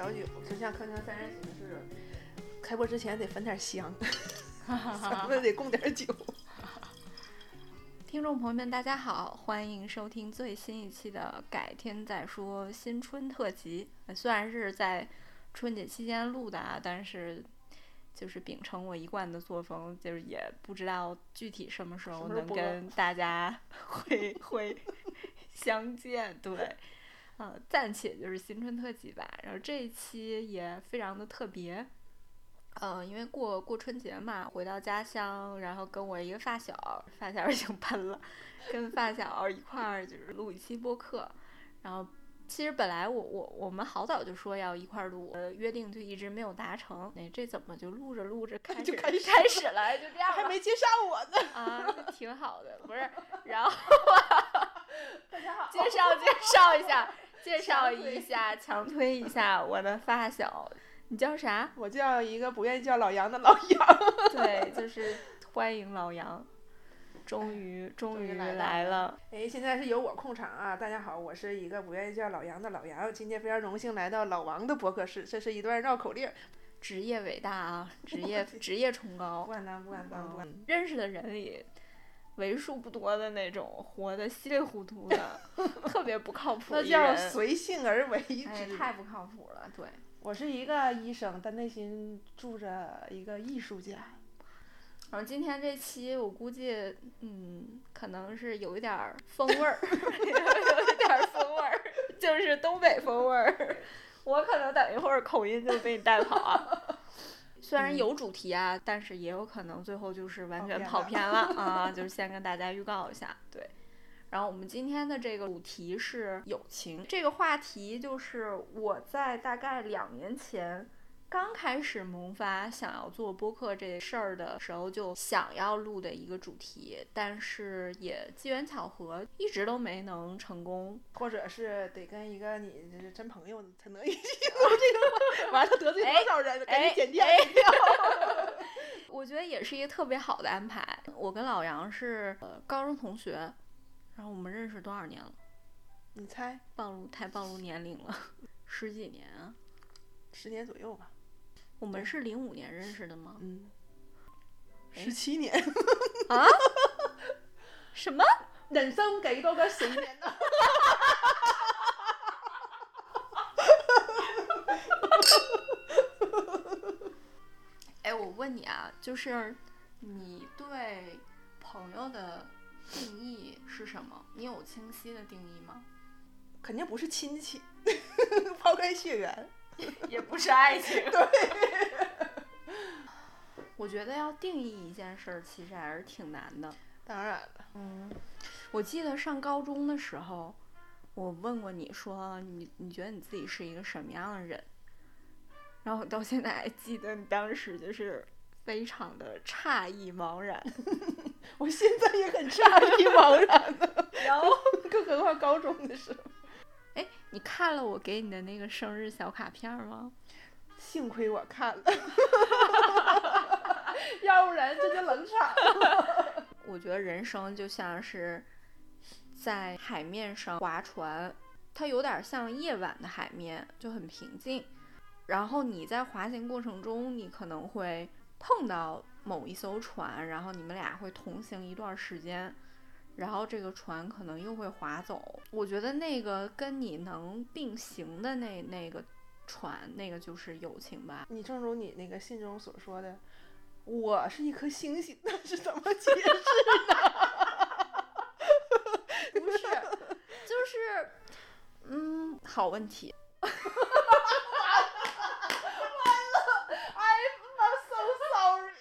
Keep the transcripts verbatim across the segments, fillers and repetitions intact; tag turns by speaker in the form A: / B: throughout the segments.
A: 小酒，就像铿锵三人行似的，开播之前得焚点香，咱们得供点酒。
B: 听众朋友们大家好，欢迎收听最新一期的改天再说新春特辑。虽然是在春节期间录的啊，但是就是秉承我一贯的作风，就是也不知道具体什么时候能跟大家会会相见。对，呃，暂且就是新春特辑吧。然后这一期也非常的特别，呃，因为过过春节嘛，回到家乡，然后跟我一个发小，发小已经喷了，跟发小一块儿就是录一期播客。然后其实本来我我我们好早就说要一块儿录，呃，约定就一直没有达成。哎，这怎么就录着录着开始
A: 就开始
B: 开始了，就这样了，
A: 还没介绍我呢
B: 啊，挺好的，不是？然后
A: 大家好，
B: 介绍介绍一下，介绍一下，强推一下我的发小。你叫啥？
A: 我叫一个不愿意叫老杨的老杨。
B: 对，就是欢迎老杨，终于终于来了。
A: 哎，现在是由我控场啊！大家好，我是一个不愿意叫老杨的老杨，今天非常荣幸来到老王的播客室，这是一段绕口令。
B: 职业伟大啊，职业职业崇高，
A: 不敢当，不敢当，不敢当。
B: 认识的人里为数不多的那种活得稀里糊涂的，特别不靠谱的人。
A: 那叫随性而为之。
B: 哎，太不靠谱了，对。
A: 我是一个医生，但内心住着一个艺术家。
B: 然后今天这期我估计，嗯，可能是有一点风味儿，有一点风味儿，就是东北风味儿。我可能等一会儿口音就被你带跑啊。虽然有主题啊，嗯、但是也有可能最后就是完全跑偏了啊。就是先跟大家预告一下，对。然后我们今天的这个主题是友情，这个话题就是我在大概两年前刚开始萌发想要做播客这事儿的时候就想要录的一个主题，但是也机缘巧合一直都没能成功，
A: 或者是得跟一个你真朋友才能一起录这个话，完了得罪多少人，赶紧剪掉剪掉。
B: 我觉得也是一个特别好的安排。我跟老杨是、呃、高中同学，然后我们认识多少年了？
A: 你猜？
B: 暴露太暴露年龄了，十几年啊？
A: 十年左右吧。
B: 我们是零五年认识的吗？
A: 嗯，十七年。
B: 啊？什么？
A: 人生幾多個十年啊？
B: 哎，我问你啊，就是你对朋友的定义是什么？你有清晰的定义吗？
A: 肯定不是亲戚，抛开血缘，
B: 也不是爱情。
A: 对。
B: 我觉得要定义一件事儿，其实还是挺难的。
A: 当然了，
B: 嗯，我记得上高中的时候，我问过你说，你你觉得你自己是一个什么样的人？然后我到现在还记得你当时就是非常的诧异茫然。
A: 我现在也很诧异茫然的。
B: 然后，
A: 更何况高中的时候。
B: 哎，你看了我给你的那个生日小卡片吗？
A: 幸亏我看了。要不然这就冷场了。
B: 我觉得人生就像是在海面上划船，它有点像夜晚的海面，就很平静。然后你在滑行过程中，你可能会碰到某一艘船，然后你们俩会同行一段时间，然后这个船可能又会划走。我觉得那个跟你能并行的那那个船，那个就是友情吧。
A: 你正如你那个信中所说的，我是一颗星星，那是怎么解释呢？
B: 不是，就是嗯，好问题。
A: 完了 I'm so sorry。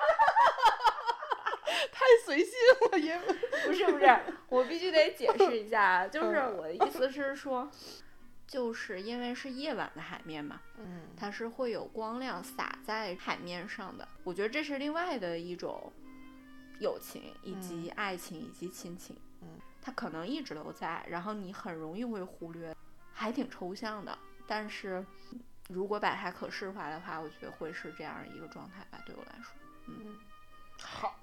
A: 太随性了也
B: 不是不是，我必须得解释一下，就是我的意思是说，就是因为是夜晚的海面嘛，
A: 嗯，
B: 它是会有光亮洒在海面上的。我觉得这是另外的一种友情，以及爱情，以及亲情。
A: 嗯，
B: 它可能一直都在，然后你很容易会忽略，还挺抽象的。但是如果把它可视化的话，我觉得会是这样一个状态吧，对我来说。嗯，
A: 好。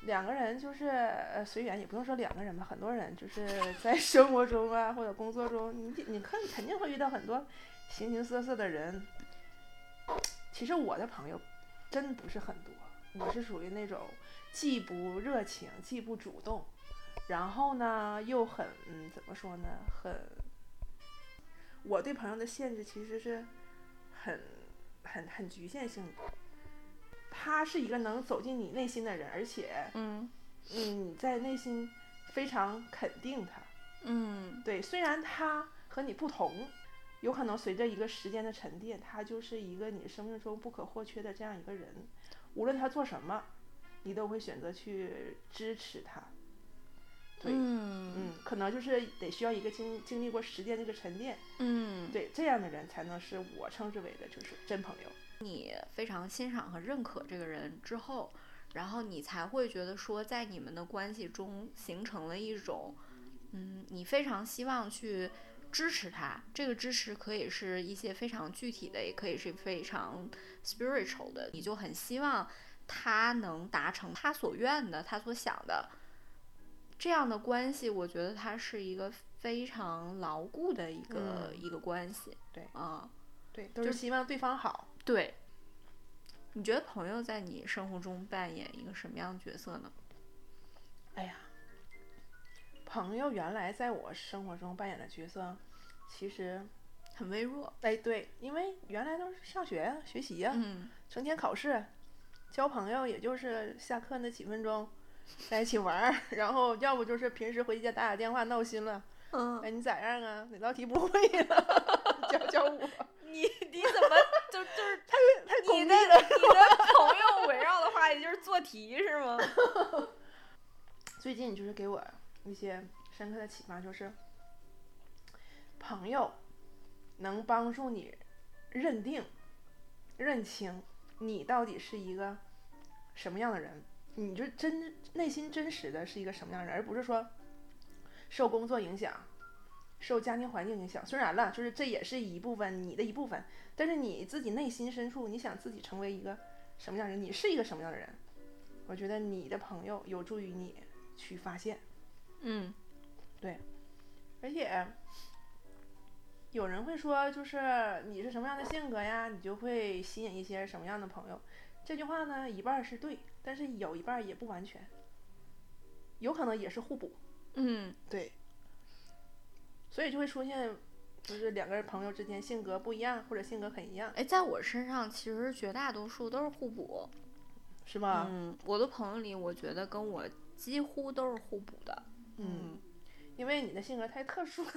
A: 两个人就是呃随缘，也不用说两个人吧，很多人就是在生活中啊或者工作中，你你看肯定会遇到很多形形色色的人。其实我的朋友真不是很多，我是属于那种既不热情既不主动，然后呢又很嗯怎么说呢，很我对朋友的限制其实是很很很局限性的。他是一个能走进你内心的人，而且
B: 嗯
A: 嗯你在内心非常肯定他。
B: 嗯，
A: 对，虽然他和你不同，有可能随着一个时间的沉淀，他就是一个你生命中不可或缺的这样一个人。无论他做什么，你都会选择去支持他。对，
B: 嗯
A: 嗯，可能就是得需要一个经经历过时间这个沉淀，
B: 嗯，
A: 对，这样的人才能是我称之为的就是真朋友。
B: 你非常欣赏和认可这个人之后，然后你才会觉得说，在你们的关系中形成了一种，嗯，你非常希望去支持他。这个支持可以是一些非常具体的，也可以是非常 spiritual 的。你就很希望他能达成他所愿的，他所想的。这样的关系，我觉得它是一个非常牢固的一个、
A: 嗯、
B: 一个关系。
A: 对
B: 啊，
A: 对，都是希望对方好。
B: 对。你觉得朋友在你生活中扮演一个什么样的角色呢？
A: 哎呀，朋友原来在我生活中扮演的角色，其实
B: 很微弱。
A: 哎，对，因为原来都是上学呀、学习呀、
B: 嗯，
A: 成天考试，交朋友也就是下课那几分钟，在一起玩儿，然后要不就是平时回家打打电话闹心了，
B: 嗯，
A: 哎，你咋样啊？哪道题不会了？教教我。
B: 你你怎么就就是
A: 太太功利
B: 你的
A: 了。
B: 你的朋友围绕的话题就是做题是吗？
A: 最近就是给我一些深刻的启发，就是朋友能帮助你认定、认清你到底是一个什么样的人，你就真内心真实的是一个什么样的人，而不是说受工作影响、受家庭环境影响。虽然了，就是这也是一部分你的一部分，但是你自己内心深处，你想自己成为一个什么样的人，你是一个什么样的人，我觉得你的朋友有助于你去发现。
B: 嗯，
A: 对，而且有人会说，就是你是什么样的性格呀，你就会吸引一些什么样的朋友。这句话呢，一半是对，但是有一半也不完全，有可能也是互补。
B: 嗯，
A: 对，所以就会出现，就是两个朋友之间性格不一样，或者性格很一样。
B: 哎，在我身上其实绝大多数都是互补，
A: 是吧？
B: 嗯，我的朋友里，我觉得跟我几乎都是互补的。
A: 嗯，因为你的性格太特殊了。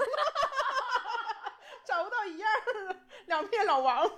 A: 找不到一样的，两片老王。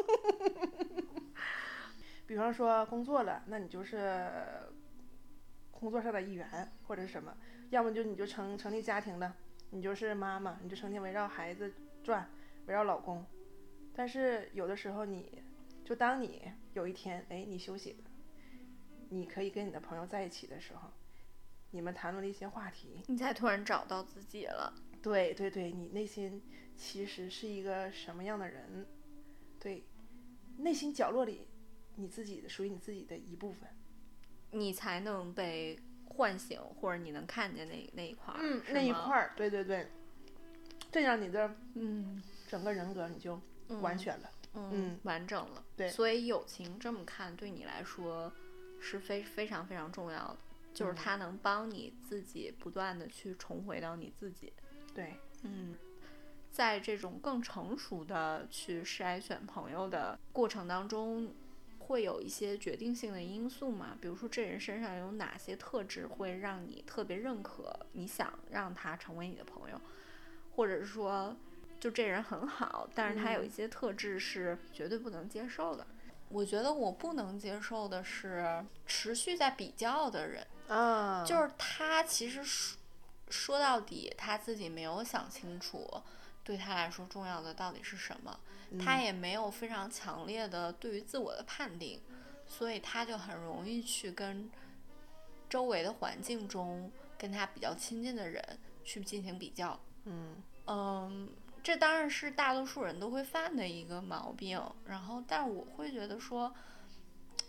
A: 比方说工作了，那你就是工作上的一员或者是什么，要么就你就成成立家庭了，你就是妈妈，你就成天围绕孩子转，围绕老公。但是有的时候你就当你有一天哎你休息了，你可以跟你的朋友在一起的时候，你们谈论了一些话题，
B: 你才突然找到自己了。
A: 对对对，你内心其实是一个什么样的人，对，内心角落里你自己的属于你自己的一部分，
B: 你才能被唤醒，或者你能看见那那一块儿，
A: 嗯，那一块儿，对对对，这样你的
B: 嗯
A: 整个人格你就完全了，
B: 嗯，
A: 嗯
B: 完整了。
A: 对，
B: 所以友情这么看，对你来说是非非常非常重要的，就是它能帮你自己不断的去重回到你自己。
A: 对，
B: 嗯，在这种更成熟的去筛选朋友的过程当中，会有一些决定性的因素嘛？比如说这人身上有哪些特质会让你特别认可，你想让他成为你的朋友，或者是说就这人很好，但是他有一些特质是绝对不能接受的。嗯、我觉得我不能接受的是持续在比较的人
A: 啊，
B: 就是他其实说到底他自己没有想清楚对他来说重要的到底是什么、嗯、他也没有非常强烈的对于自我的判定，所以他就很容易去跟周围的环境中跟他比较亲近的人去进行比较。
A: 嗯
B: 嗯，这当然是大多数人都会犯的一个毛病，然后但我会觉得说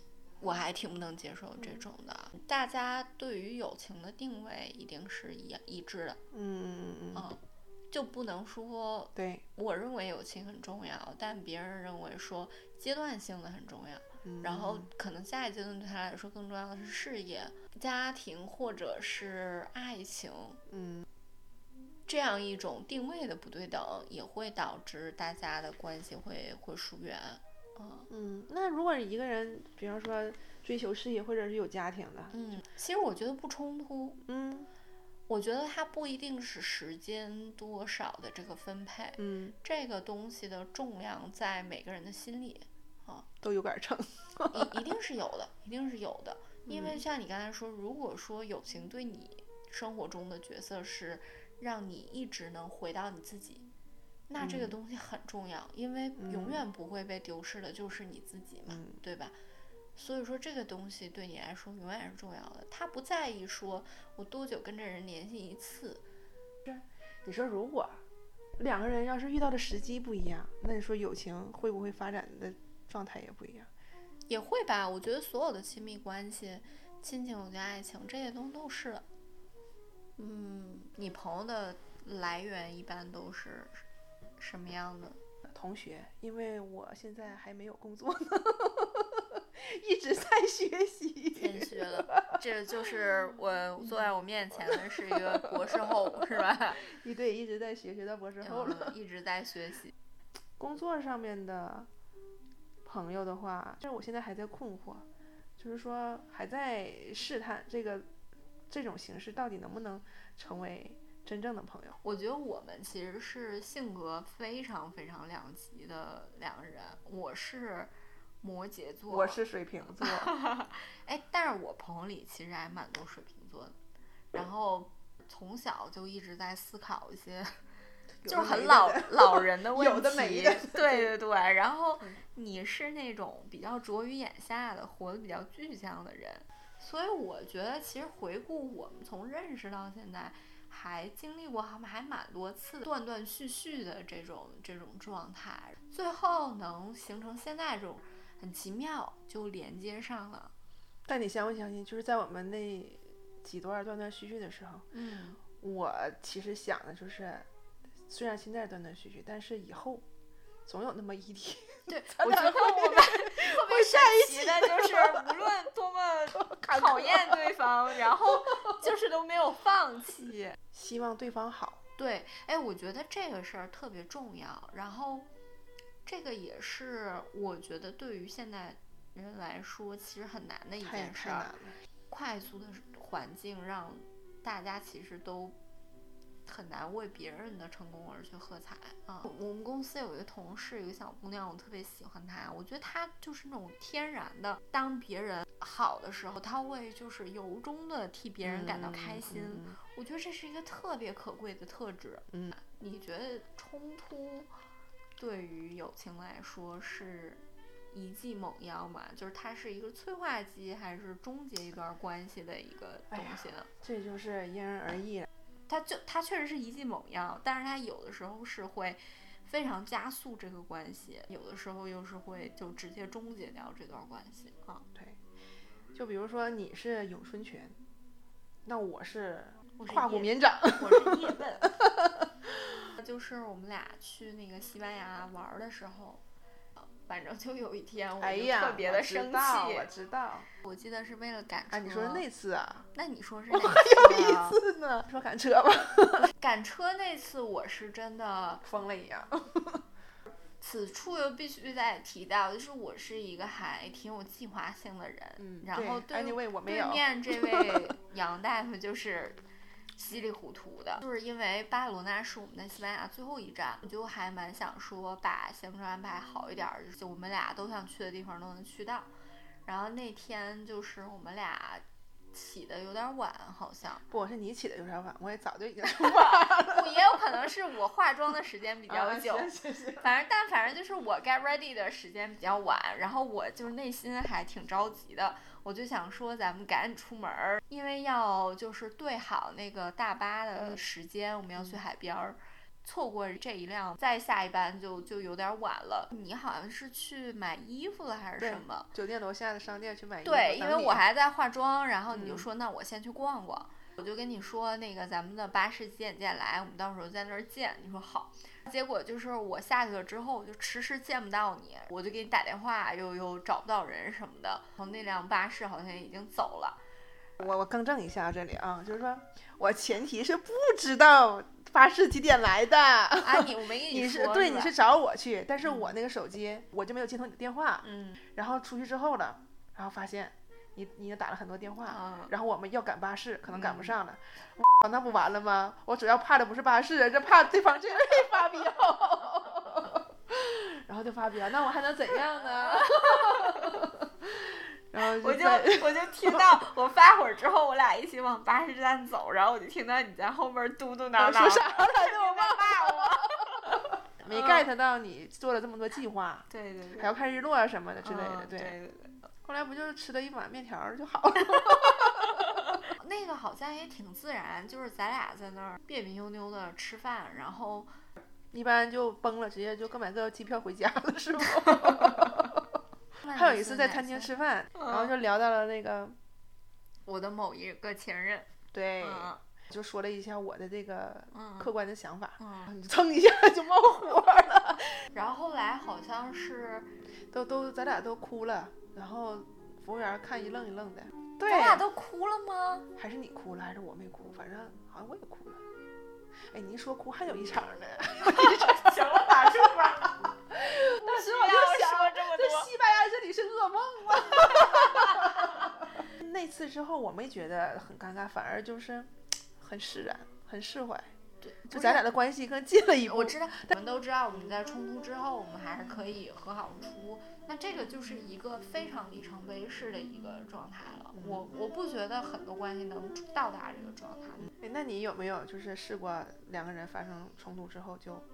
B: 我还挺不能接受这种的。嗯、大家对于友情的定位一定是一一致的。
A: 嗯嗯嗯
B: 嗯，就不能说
A: 对，
B: 我认为友情很重要，但别人认为说阶段性的很重要。
A: 嗯、
B: 然后可能下一阶段对他来说更重要的是事业、家庭或者是爱情。
A: 嗯。
B: 这样一种定位的不对等，也会导致大家的关系会会疏远。嗯
A: 嗯，那如果一个人，比方说追求事业或者是有家庭的，
B: 嗯，其实我觉得不冲突。
A: 嗯，
B: 我觉得它不一定是时间多少的这个分配，
A: 嗯，
B: 这个东西的重量在每个人的心里，啊，
A: 都有杆秤，
B: 一一定是有的，一定是有的。因为像你刚才说，如果说友情对你生活中的角色是让你一直能回到你自己，那这个东西很重要，嗯、因为永远不会被丢失的就是你自己嘛，
A: 嗯、
B: 对吧？所以说这个东西对你来说永远是重要的。他不在意说我多久跟这人联系一次。
A: 是，你说如果两个人要是遇到的时机不一样，那你说友情会不会发展的状态也不一样？
B: 也会吧，我觉得所有的亲密关系，亲情、友情、爱情这些东西都是。嗯，你朋友的来源一般都是什么样的？
A: 同学，因为我现在还没有工作呢，一直在学习。
B: 谦虚了，这就是我坐在我面前的是一个博士后，是吧？
A: 一对，一直在学，学到博士后了，
B: 嗯、一直在学习。
A: 工作上面的朋友的话，就是我现在还在困惑，就是说还在试探这个这种形式到底能不能成为真正的朋友。
B: 我觉得我们其实是性格非常非常两极的两个人。我是摩羯座，
A: 我是水瓶座。
B: 哎，但是我朋友里其实还蛮多水瓶座的。然后从小就一直在思考一些，就是很老老人的问题。
A: 有的没的。
B: 对对对。然后你是那种比较着于眼下的，活得比较具象的人。所以我觉得，其实回顾我们从认识到现在，还经历过还蛮多次断断续续的这种这种状态，最后能形成现在这种很奇妙，就连接上了。
A: 但你相不相信，就是在我们那几段断断续续的时候，
B: 嗯，
A: 我其实想的就是，虽然现在断断续续，但是以后总有那么一天。
B: 对，我觉得我们特别神奇的就是，无论多么讨厌对方，然后就是都没有放弃，
A: 希望对方好。
B: 对，哎，我觉得这个事儿特别重要。然后，这个也是我觉得对于现代人来说，其实很难的一件事儿。快速的环境让大家其实都很难为别人的成功而去喝彩啊！我们公司有一个同事，有一个小姑娘，我特别喜欢她。我觉得她就是那种天然的，当别人好的时候，她会就是由衷的替别人感到开心。
A: 嗯嗯、
B: 我觉得这是一个特别可贵的特质。
A: 嗯，
B: 你觉得冲突对于友情来说是一剂猛药嘛？就是它是一个催化剂，还是终结一段关系的一个东西呢？
A: 哎、这就是因人而异了。
B: 它就它确实是一剂猛药，但是它有的时候是会非常加速这个关系，有的时候又是会就直接终结掉这段关系啊。
A: 对，就比如说你是咏春拳，那我是胯骨绵掌，
B: 我是叶问。就是我们俩去那个西班牙玩的时候。反正就有一天我就特别的生气，
A: 哎、我知道，
B: 我记得是为了赶车。
A: 啊，你说是那次啊？
B: 那你说是哪次、啊？
A: 还有一次呢，说赶车吧。
B: 赶车那次我是真的
A: 疯了一样。
B: 此处又必须再提到，就是我是一个还挺有计划性的人，
A: 嗯、
B: 然后对
A: 对, 我没有
B: 对面这位杨大夫就是稀里糊涂的，就是因为巴塞罗那是我们在西班牙最后一站，我就还蛮想说把行程安排好一点，就我们俩都想去的地方都能去到。然后那天就是我们俩起的有点晚，好像
A: 不是你起的有点晚，我也早就已经出发了。
B: 也有可能是我化妆的时间比较久，
A: 啊、是是是
B: 反正但反正就是我 get ready 的时间比较晚，然后我就是内心还挺着急的，我就想说咱们赶紧出门，因为要就是对好那个大巴的时间，我们要去海边儿。 错过这一辆，再下一班就就有点晚了。你好像是去买衣服了还是什么？
A: 酒店楼下的商店去买衣服。
B: 对，因为我还在化妆，然后你就说、
A: 嗯、
B: 那我先去逛逛。我就跟你说那个咱们的巴士几点见来，我们到时候在那儿见。你说好。结果就是我下去了之后，我就迟迟见不到你，我就给你打电话，又又找不到人什么的。然后那辆巴士好像已经走了。
A: 我我更正一下这里啊，就是说我前提是不知道巴士几点来的
B: 啊，你我没跟
A: 你
B: 说，
A: 是对，
B: 是
A: 你是找我去，但是我那个手机、嗯、我就没有接通你的电话，
B: 嗯，
A: 然后出去之后了，然后发现你你也打了很多电话、
B: 嗯，
A: 然后我们要赶巴士，可能赶不上了，
B: 嗯、
A: 我那不完了吗？我主要怕的不是巴士，这怕对方这位发飙，然后就发飙，那我还能怎样呢？然后就
B: 我就我就听到我发会儿之后，我俩一起往巴士站走，然后我就听到你在后面嘟嘟囔囔，
A: 说啥来
B: 着？我骂我，
A: 没 get 到你做了这么多计划，
B: 对对对，
A: 还要看日落啊什么的之类的，
B: 嗯、对对对。
A: 后来不就是吃了一碗面条就好了？
B: 那个好像也挺自然，就是咱俩在那儿别别扭扭的吃饭，然后
A: 一般就崩了，直接就各买各机票回家了，是不？还有一次在餐厅吃饭，
B: 嗯、
A: 然后就聊到了那个
B: 我的某一个前任，
A: 对，
B: 嗯、
A: 就说了一下我的这个客观的想法，
B: 嗯，
A: 你蹭一下就冒火了。
B: 然后后来好像是
A: 都都咱俩都哭了，然后服务员看一愣一愣的。对，
B: 咱俩都哭了吗？
A: 还是你哭了，还是我没哭？反正好像我也哭了。哎，你一说哭还有一场呢。
B: 行了，打住吧。
A: 当时我就想，
B: 说这么多，
A: 这西班牙这里是噩梦吗？那次之后我没觉得很尴尬，反而就是很释然，很释怀。
B: 对，
A: 就咱俩的关系更近了一步。
B: 我知道，我们都知道，我们在冲突之后，我们还是可以和好如初。那这个就是一个非常里程碑式的一个状态了。嗯、我我不觉得很多关系能到达这个状态。
A: 哎，那你有没有就是试过两个人发生冲突之后就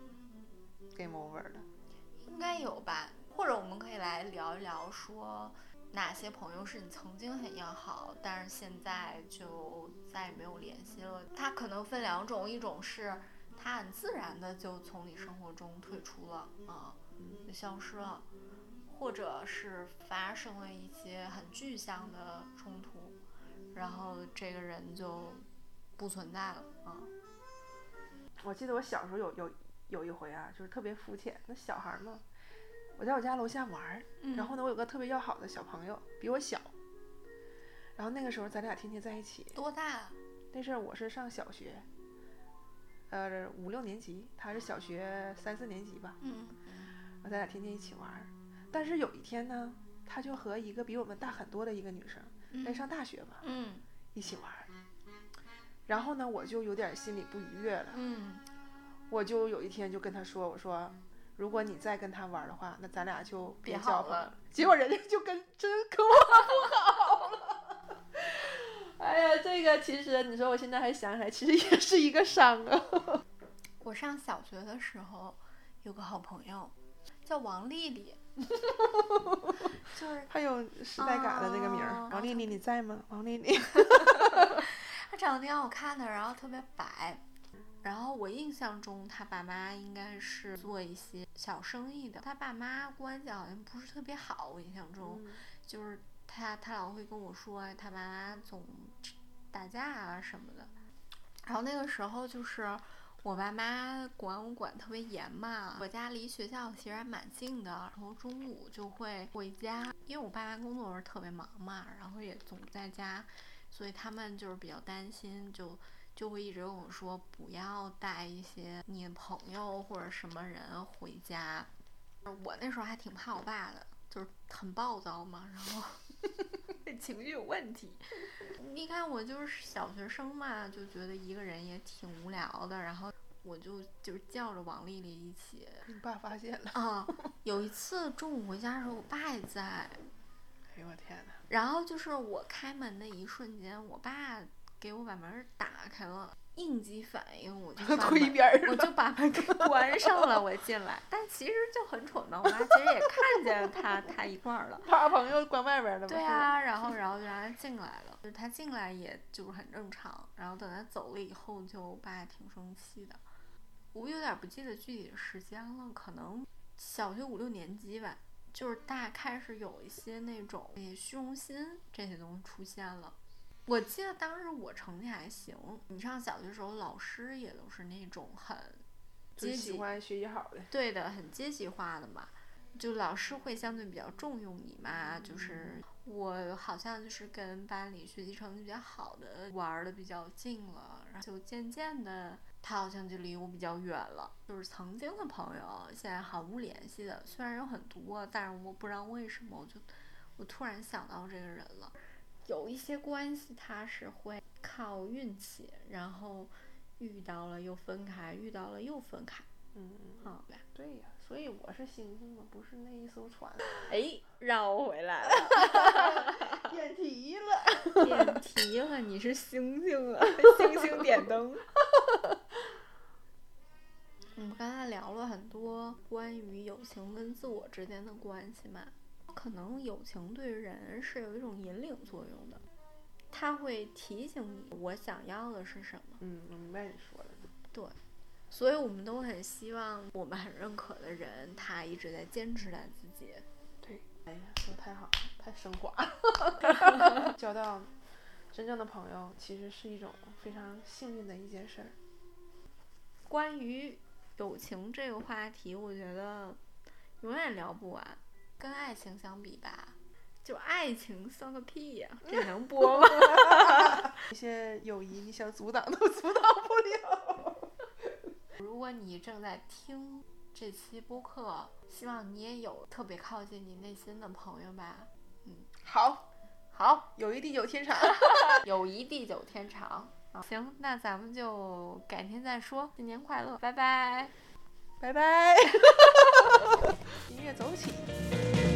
A: game over 了？
B: 应该有吧，或者我们可以来聊一聊，说哪些朋友是你曾经很要好，但是现在就再也没有联系了。它可能分两种，一种是他很自然的就从你生活中退出了啊，就消失了。或者是发生了一些很具象的冲突，然后这个人就不存在了啊。
A: 我记得我小时候有有有一回啊，就是特别肤浅，那小孩嘛，我在我家楼下玩，
B: 嗯、
A: 然后呢，我有个特别要好的小朋友，比我小，然后那个时候咱俩天天在一起。
B: 多大？
A: 那阵儿我是上小学，呃五六年级，他是小学三四年级吧。
B: 嗯，
A: 咱俩天天一起玩。但是有一天呢，他就和一个比我们大很多的一个女生，在、嗯、上大学嘛，
B: 嗯，
A: 一起玩。然后呢，我就有点心里不愉悦了，
B: 嗯，
A: 我就有一天就跟他说，我说，如果你再跟他玩的话，那咱俩就别交朋友了。结果人家就跟真跟我不好了。哎呀，这个其实你说我现在还想起来，其实也是一个伤啊。
B: 我上小学的时候有个好朋友叫王丽丽。就是
A: 还有时代感的那个名儿、啊，王丽丽你在吗？王丽丽，
B: 她长得挺好看的，然后特别白，然后我印象中她爸妈应该是做一些小生意的，她爸妈关系好像不是特别好，我印象中，嗯、就是她她老会跟我说，她爸妈总打架啊什么的，然后那个时候就是。我爸妈管我管特别严嘛，我家离学校其实还蛮近的，然后中午就会回家，因为我爸妈工作时特别忙嘛，然后也总在家，所以他们就是比较担心，就就会一直跟我说不要带一些你的朋友或者什么人回家。我那时候还挺怕我爸的，就是很暴躁嘛，然后情绪有问题。你看我就是小学生嘛，就觉得一个人也挺无聊的，然后我就就是叫着王丽丽一起。
A: 你爸发现了
B: 啊、嗯！有一次中午回家的时候，我爸也在。
A: 哎呦我天哪！
B: 然后就是我开门的一瞬间，我爸给我把门打开了，应激反应我就把
A: 推边
B: 我就把门给关上了，我进来。但其实就很蠢嘛，我妈其实也看见他他一块儿了，
A: 把朋友关外边了。
B: 对啊，然后然后就让他进来了，就是他进来也就是很正常。然后等他走了以后，就我爸挺生气的。 我有点不记得具体的时间了，可能小学五六年级吧，就是大开始有一些那种虚荣心这些东西出现了。我记得当时我成绩还行，你上小学的时候老师也都是那种很阶级，
A: 喜欢学习好的，
B: 对的，很阶级化的嘛，就老师会相对比较重用你嘛。就是我好像就是跟班里学习成绩比较好的玩的比较近了，然后就渐渐的他好像就离我比较远了。就是曾经的朋友现在毫无联系的，虽然有很多，但是我不知道为什么我就我突然想到这个人了。有一些关系它是会靠运气，然后遇到了又分开，遇到了又分开。
A: 嗯
B: 嗯，好吧，
A: 对呀，所以我是星星嘛，不是那一艘船。
B: 哎，绕回来了，
A: 点题了，
B: 点题了，你是星星啊，星星点灯。我们刚才聊了很多关于友情跟自我之间的关系嘛，可能友情对人是有一种引领作用的，它会提醒你我想要的是什么。
A: 嗯，我明白你说的。
B: 对，所以我们都很希望我们很认可的人，他一直在坚持他自己。
A: 对，哎呀，说太好了，太升华了。交到真正的朋友，其实是一种非常幸运的一件事儿。
B: 关于友情这个话题，我觉得永远聊不完。跟爱情相比吧，就爱情算个屁呀、啊，这能播吗？
A: 一些友谊你想阻挡都阻挡不了。
B: 如果你正在听这期播客，希望你也有特别靠近你内心的朋友吧。嗯，
A: 好，
B: 好，
A: 友谊地久天长，
B: 友谊地久天长。啊，行，那咱们就改天再说。新年快乐，拜拜，
A: 拜拜。音乐走起。